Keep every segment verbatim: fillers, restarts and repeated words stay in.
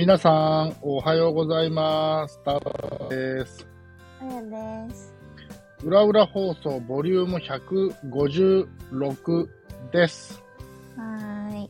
皆さん、おはようございます。ターです。 あやです。 うらうら放送ボリュームひゃくごじゅうろくです。 はーい。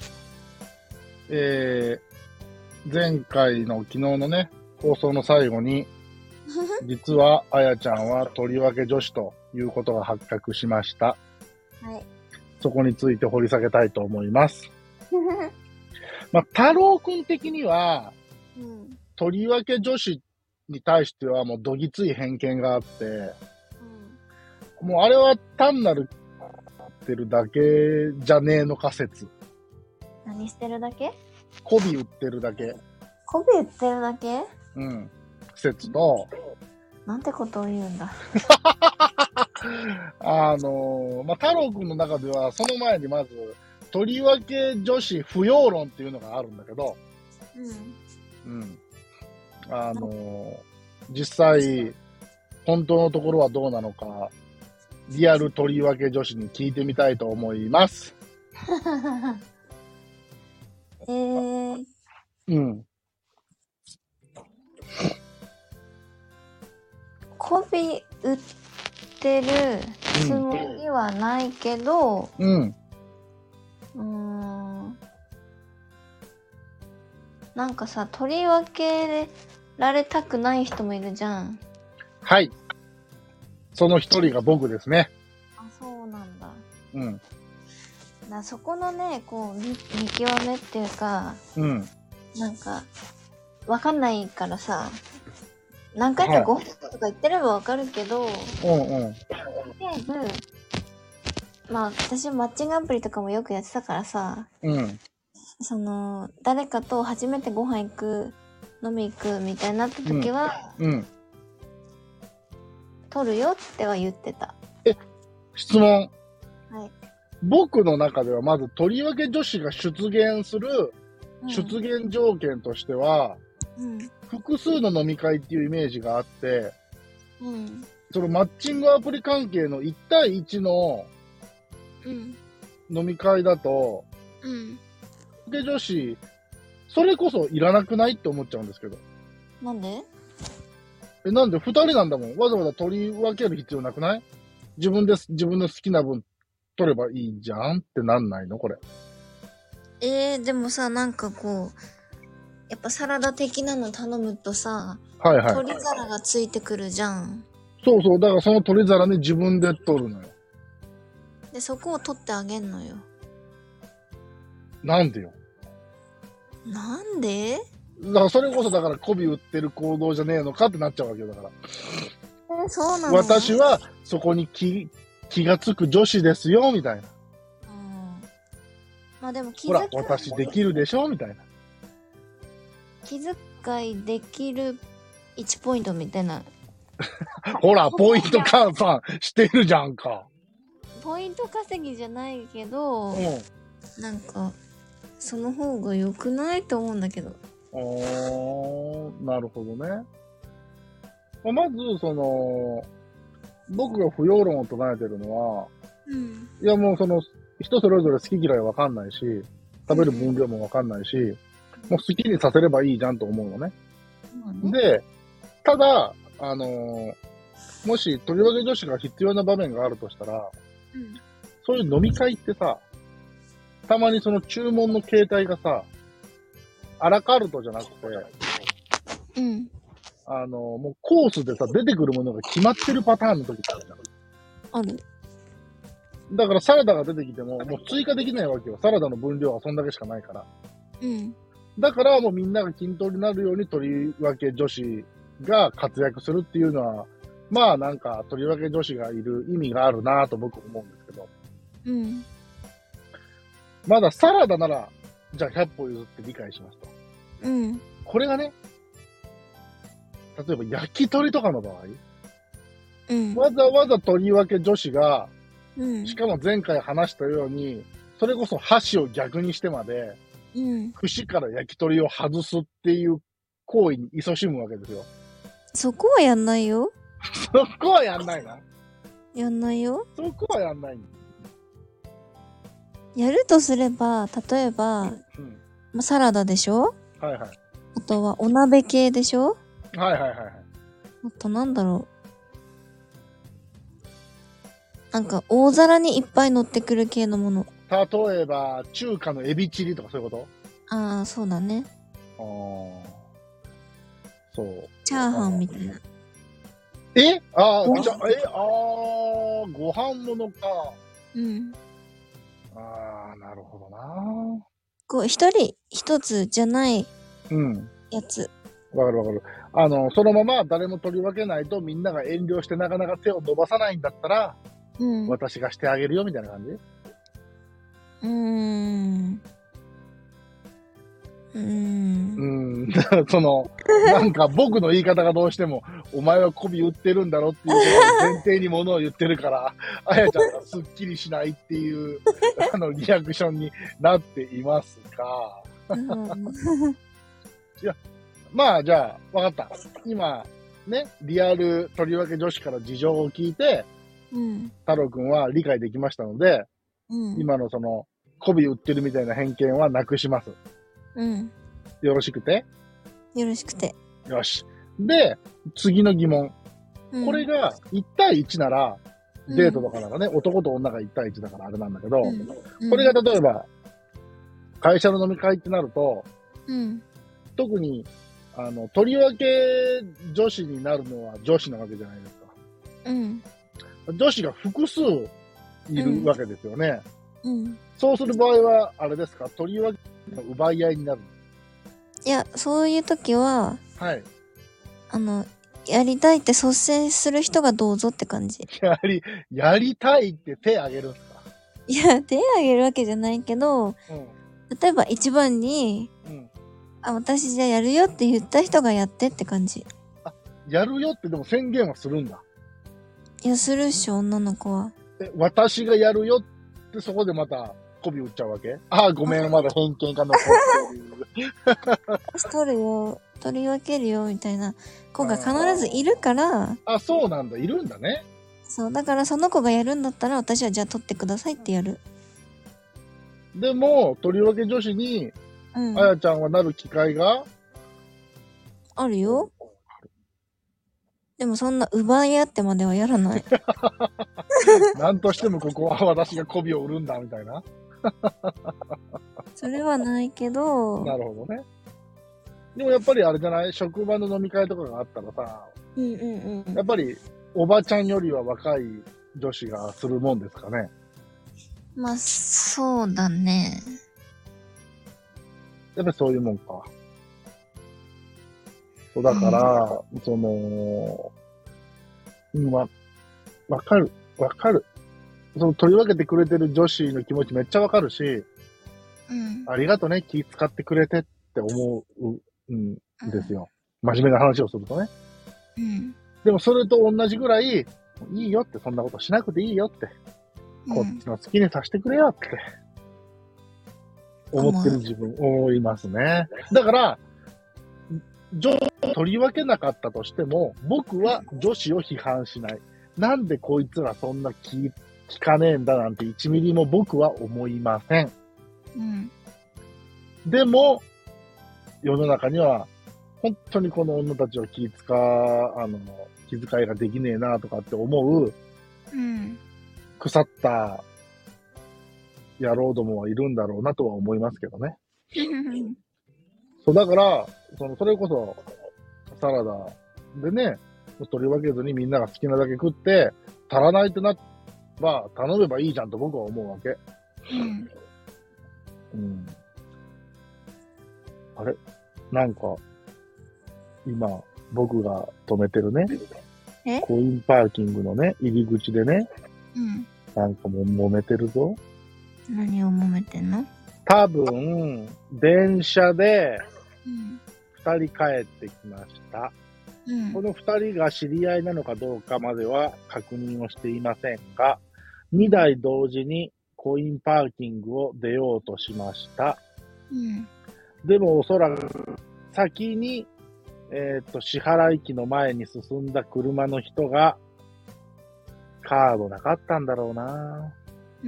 えー、前回の昨日のね、放送の最後に、実はあやちゃんはとりわけ女子ということが発覚しました。 はい。 そこについて掘り下げたいと思います。まあ、太郎くん的には、うん、とりわけ女子に対してはもうどぎつい偏見があって、うん、もうあれは単なるってるだけじゃねえのか説。 何してるだけ？ 媚び売ってるだけ。 媚び売ってるだけ？ うん。説と、 なんてことを言うんだ。 あのー、まあ、太郎くんの中ではその前にまず、とりわけ女子不要論っていうのがあるんだけど、うん。うん。あのー、実際、本当のところはどうなのか、リアルとりわけ女子に聞いてみたいと思います。 えー。 うん。 媚び売ってるつもりはないけど、 うん。 うーん。なんかさ、取り分けられたくない人もいるじゃん。 はい。その一人が僕ですね。 あ、そうなんだ。 うん。 だそこのね、こう見、見極めっていうか、 うん。 なんか、わかんないからさ、何回かご飯とか言ってればわかるけど、 うんうん。 とりあえず、まあ私マッチングアプリとかもよくやってたからさ、 うん。 その、誰かと初めてご飯行く、飲み行くみたいになった時は、 うん。うん、 取るよっては言ってた。 え、質問。 はい。 僕の中ではまずとりわけ女子が出現する出現条件としては、うん、複数の飲み会っていうイメージがあって、うん、そのマッチングアプリ関係のいち対いちの飲み会だと、うん、で女子、それこそいらなくないって思っちゃうんですけど。 なんで？ え、なんで二人なんだもん。わざわざ取り分ける必要なくない？自分で、自分の好きな分取ればいいじゃんってなんないのこれ。 えー、でもさ、なんかこう、やっぱサラダ的なの頼むとさ、 はいはい。 取り皿がついてくるじゃん。 そうそう、だからその取り皿に自分で取るのよ。 で、そこを取ってあげんのよ。 なんでよ。 なんで？ だからそれこそだから媚び売ってる行動じゃねえのかってなっちゃうわけよだから。 えー、そうなの？ 私はそこに気、気がつく女子ですよ、みたいな。うん。 まあでも気遣い。ほら、私できるでしょみたいな。 気遣いできるいちポイントみたいな。 ほら、ポイント換算してるじゃんか。 ポイント稼ぎじゃないけど、うん、なんか、その方が良くないと思うんだけど。 あー、なるほどね。まず、その、僕が不要論を唱えてるのは、うん、いやもうその、人それぞれ好き嫌いわかんないし、食べる分量もわかんないし、うん、もう好きにさせればいいじゃんと思うのね。うん、で、ただ、あのー、もし、とりわけ女子が必要な場面があるとしたら、うん、そういう飲み会ってさ、たまにその注文の形態がさ、アラカルトじゃなくて、うん。あの、もうコースでさ、出てくるものが決まってるパターンの時ってあるじゃん。 ある。 だからサラダが出てきても、もう追加できないわけよ。サラダの分量はそんだけしかないから。うん。だからもうみんなが均等になるようにとりわけ女子が活躍するっていうのは、まあなんかとりわけ女子がいる意味があるなぁと僕思うんですけど。うん。まだサラダなら、じゃあひゃっぽ譲って理解しますと。うん。これがね、例えば焼き鳥とかの場合、うん、わざわざとりわけ女子が、うん、しかも前回話したように、それこそ箸を逆にしてまで、うん、串から焼き鳥を外すっていう行為に勤しむわけですよ。 そこはやんないよ。 そこはやんないな。 やんないよ。 そこはやんない。 やるとすれば、例えば、うん、まあ、サラダでしょ？ はいはい。 あとはお鍋系でしょ？ はいはいはいはい。 あとなんだろう。なんか大皿にいっぱい乗ってくる系のもの。 例えば、中華のエビチリとかそういうこああ、そうだね。 と？ああ。そう。 チャーハンみたいな。 えああ、じゃ、えああ、ご飯ものか。 うん。 ああ、なるほどな。 こう、一人一つじゃないうん。 やつ。 わかるわかる。あの、そのまま誰も取り分けないとみんなが遠慮してなかなか手を伸ばさないんだったら、うん、私がしてあげるよみたいな感じ？ うーん。うーん。 うん。だからその、なんか僕の言い方がどうしても、お前は媚び売ってるんだろっていうことを前提にものを言ってるから、あやちゃんがすっきりしないっていう、あの、リアクションになっていますが。いや、まあ、じゃあ、わかった。今、ね、リアルとりわけ女子から事情を聞いて、うん、太郎くんは理解できましたので、うん、今のその、媚び売ってるみたいな偏見はなくします。うん。よろしくて？ よろしくて。 よし。で、次の疑問。うん、これがいち対いちなら、デートとかならね、うん、男と女がいち対いちだからあれなんだけど、うんうん、これが例えば、会社の飲み会ってなると、うん、特に、あの、とりわけ女子になるのは女子なわけじゃないですか。うん。女子が複数いるわけですよね。うん。うん、そうする場合は、あれですか、とりわけの奪い合いになる？ いや、そういう時は、 はい。 あの、やりたいって率先する人がどうぞって感じ。 やり、やりたいって手あげるんですか？ いや、手あげるわけじゃないけど、うん、例えば一番に、うん、あ、私じゃあやるよって言った人がやってって感じ。 あ、やるよってでも宣言はするんだ。 いや、するっしょ、女の子は。 え、私がやるよってそこでまた媚び売っちゃうわけ？ああ、ごめん、まだ偏見が残ってる。 私取るよ、取り分けるよ、みたいな子が必ずいるから。 あ、そうなんだ、いるんだね。 そう、だからその子がやるんだったら私はじゃあ取ってくださいってやる。 でも、とりわけ女子に、うん、あやちゃんはなる機会があるよ。でもそんな奪い合ってまではやらない。 なんとしてもここは私が媚びを売るんだ、みたいな。 それはないけど。 なるほどね。でもやっぱりあれじゃない？職場の飲み会とかがあったらさ、うんうんうん、やっぱりおばちゃんよりは若い女子がするもんですかね。 まあ、そうだね。 やっぱりそういうもんか。そうだから、うん、その、うん、わ、わかる、わかる。その取り分けてくれてる女子の気持ちめっちゃわかるし、うん、ありがとね、気使ってくれてって思う、うんですよ。うん、真面目な話をするとね。うん、でもそれと同じぐらい、いいよって、そんなことしなくていいよって、うん、こっちの好きにさせてくれよって思ってる自分思いますね。だから、女子を取り分けなかったとしても、僕は女子を批判しない。なんでこいつらそんな気、聞かねえんだなんていちミリも僕は思いません。うん、でも、世の中には、本当にこの女たちを気使あの、気遣いができねえなとかって思う、うん、腐った野郎どもはいるんだろうなとは思いますけどね。そう、だから、その、それこそ、サラダでね、取り分けずにみんなが好きなだけ食って、足らないってなったら、頼めばいいじゃんと僕は思うわけ。うん。うん。あれなんか、今、僕が止めてるね、コインパーキングのね、入り口でね、うん。なんかもう揉めてるぞ。 何を揉めてんの？ 多分、電車で、二人帰ってきました。うん、この二人が知り合いなのかどうかまでは確認をしていませんが、二台同時にコインパーキングを出ようとしました。うん、でもおそらく先に、えっと、支払い機の前に進んだ車の人がカードなかったんだろうな。うん、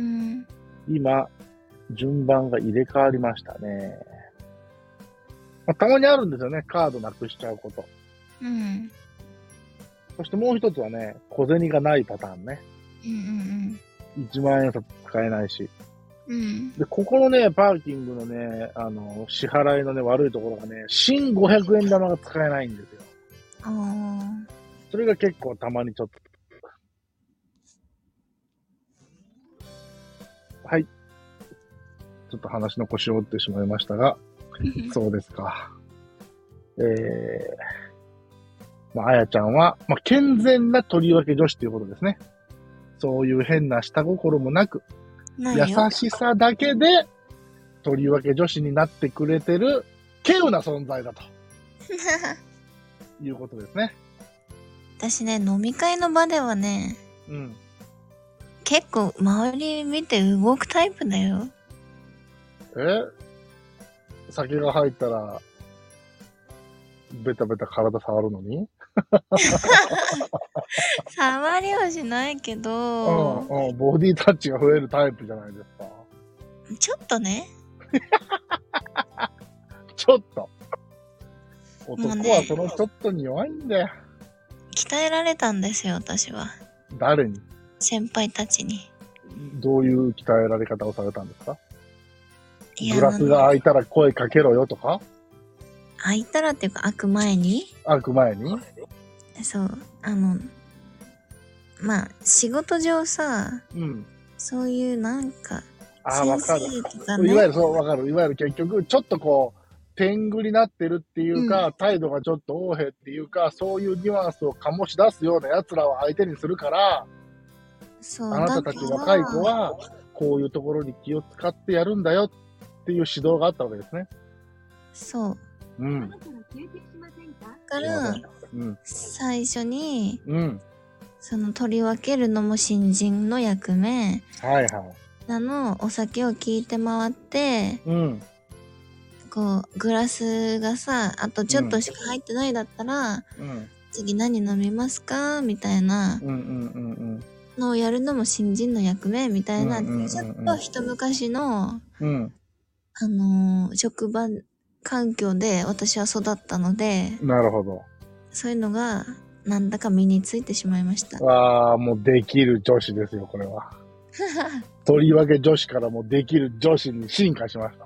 今、順番が入れ替わりましたね。 まあ、たまにあるんですよね、カードなくしちゃうこと。 うん。 そしてもう一つはね、小銭がないパターンね。 うんうんうん。いちまん円札使えないし。 うん。 で、ここのね、パーキングのね、あの、支払いのね、悪いところがね、新ごひゃくえん玉が使えないんですよ。 ああ。 それが結構たまにちょっと。はい。ちょっと話の腰を折ってしまいましたが、そうですか。えー、まあ、あやちゃんは、まあ、健全なとりわけ女子ということですね。そういう変な下心もなく、優しさだけで、とりわけ女子になってくれてる、稀有な存在だと。いうことですね。 私ね、飲み会の場ではね、うん。結構周り見て動くタイプだよ。 え酒が入ったら、ベタベタ体触るのに触りはしないけど、 うんうん、ボディタッチが増えるタイプじゃないですか。 ちょっとね。 ちょっと。男はそのちょっとに弱いんだよ。 鍛えられたんですよ、私は。 誰に？ 先輩たちに。 どういう鍛えられ方をされたんですか？グラスが開いたら声かけろよとか？ 開いたらっていうか開く前に？ 開く前に？ そう、あの、まあ、仕事上さ、うん、そういうなんか、 あ、わかる。いわゆるそう、わかる。いわゆる結局、ちょっとこう、天狗になってるっていうか、うん、態度がちょっと横柄っていうか、そういうニュアンスを醸し出すような奴らを相手にするから、そうあなたたち若い子は、こういうところに気を使ってやるんだよっていう指導があったわけですね。そう。うん。だから、うん、最初に、うん、その取り分けるのも新人の役目。はいはい。あの、お酒を聞いて回って、うん。こう、グラスがさ、あとちょっとしか入ってないだったら、うん、次何飲みますかみたいな、うんうんうんうん、のをやるのも新人の役目みたいな、うんうんうんうん、ちょっと一昔の、うん、あのー、職場環境で私は育ったので、なるほど。そういうのが、なんだか身についてしまいました。ああ、もうできる女子ですよ、これは。とりわけ女子からもできる女子に進化しました。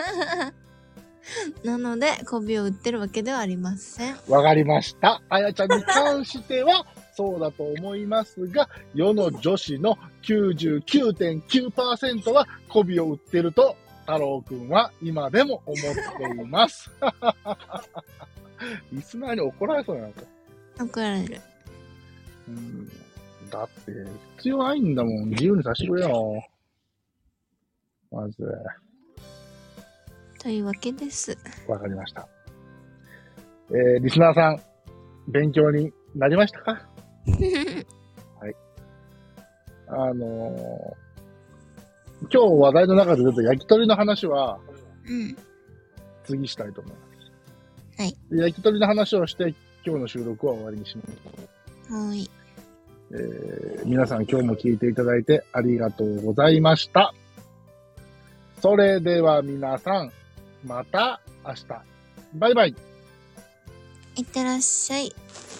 なので、媚びを売ってるわけではありません。わかりました。あやちゃんに関しては、そうだと思いますが、世の女子の きゅうじゅうきゅうてんきゅうパーセント は媚びを売ってると、太郎くんは今でも思っています。リスナーに怒られそうになった。怒られる。うん。だって、必要ないんだもん。自由にさせてくれよ。まず。というわけです。わかりました。えー、リスナーさん、勉強になりましたか？はい。あのー、今日話題の中で出た焼き鳥の話は、うん。次したいと思います。はい。焼き鳥の話をして、今日の収録は終わりにします。はい。えー、皆さん今日も聞いていただいてありがとうございました。それでは皆さん、また明日。バイバイ。いってらっしゃい。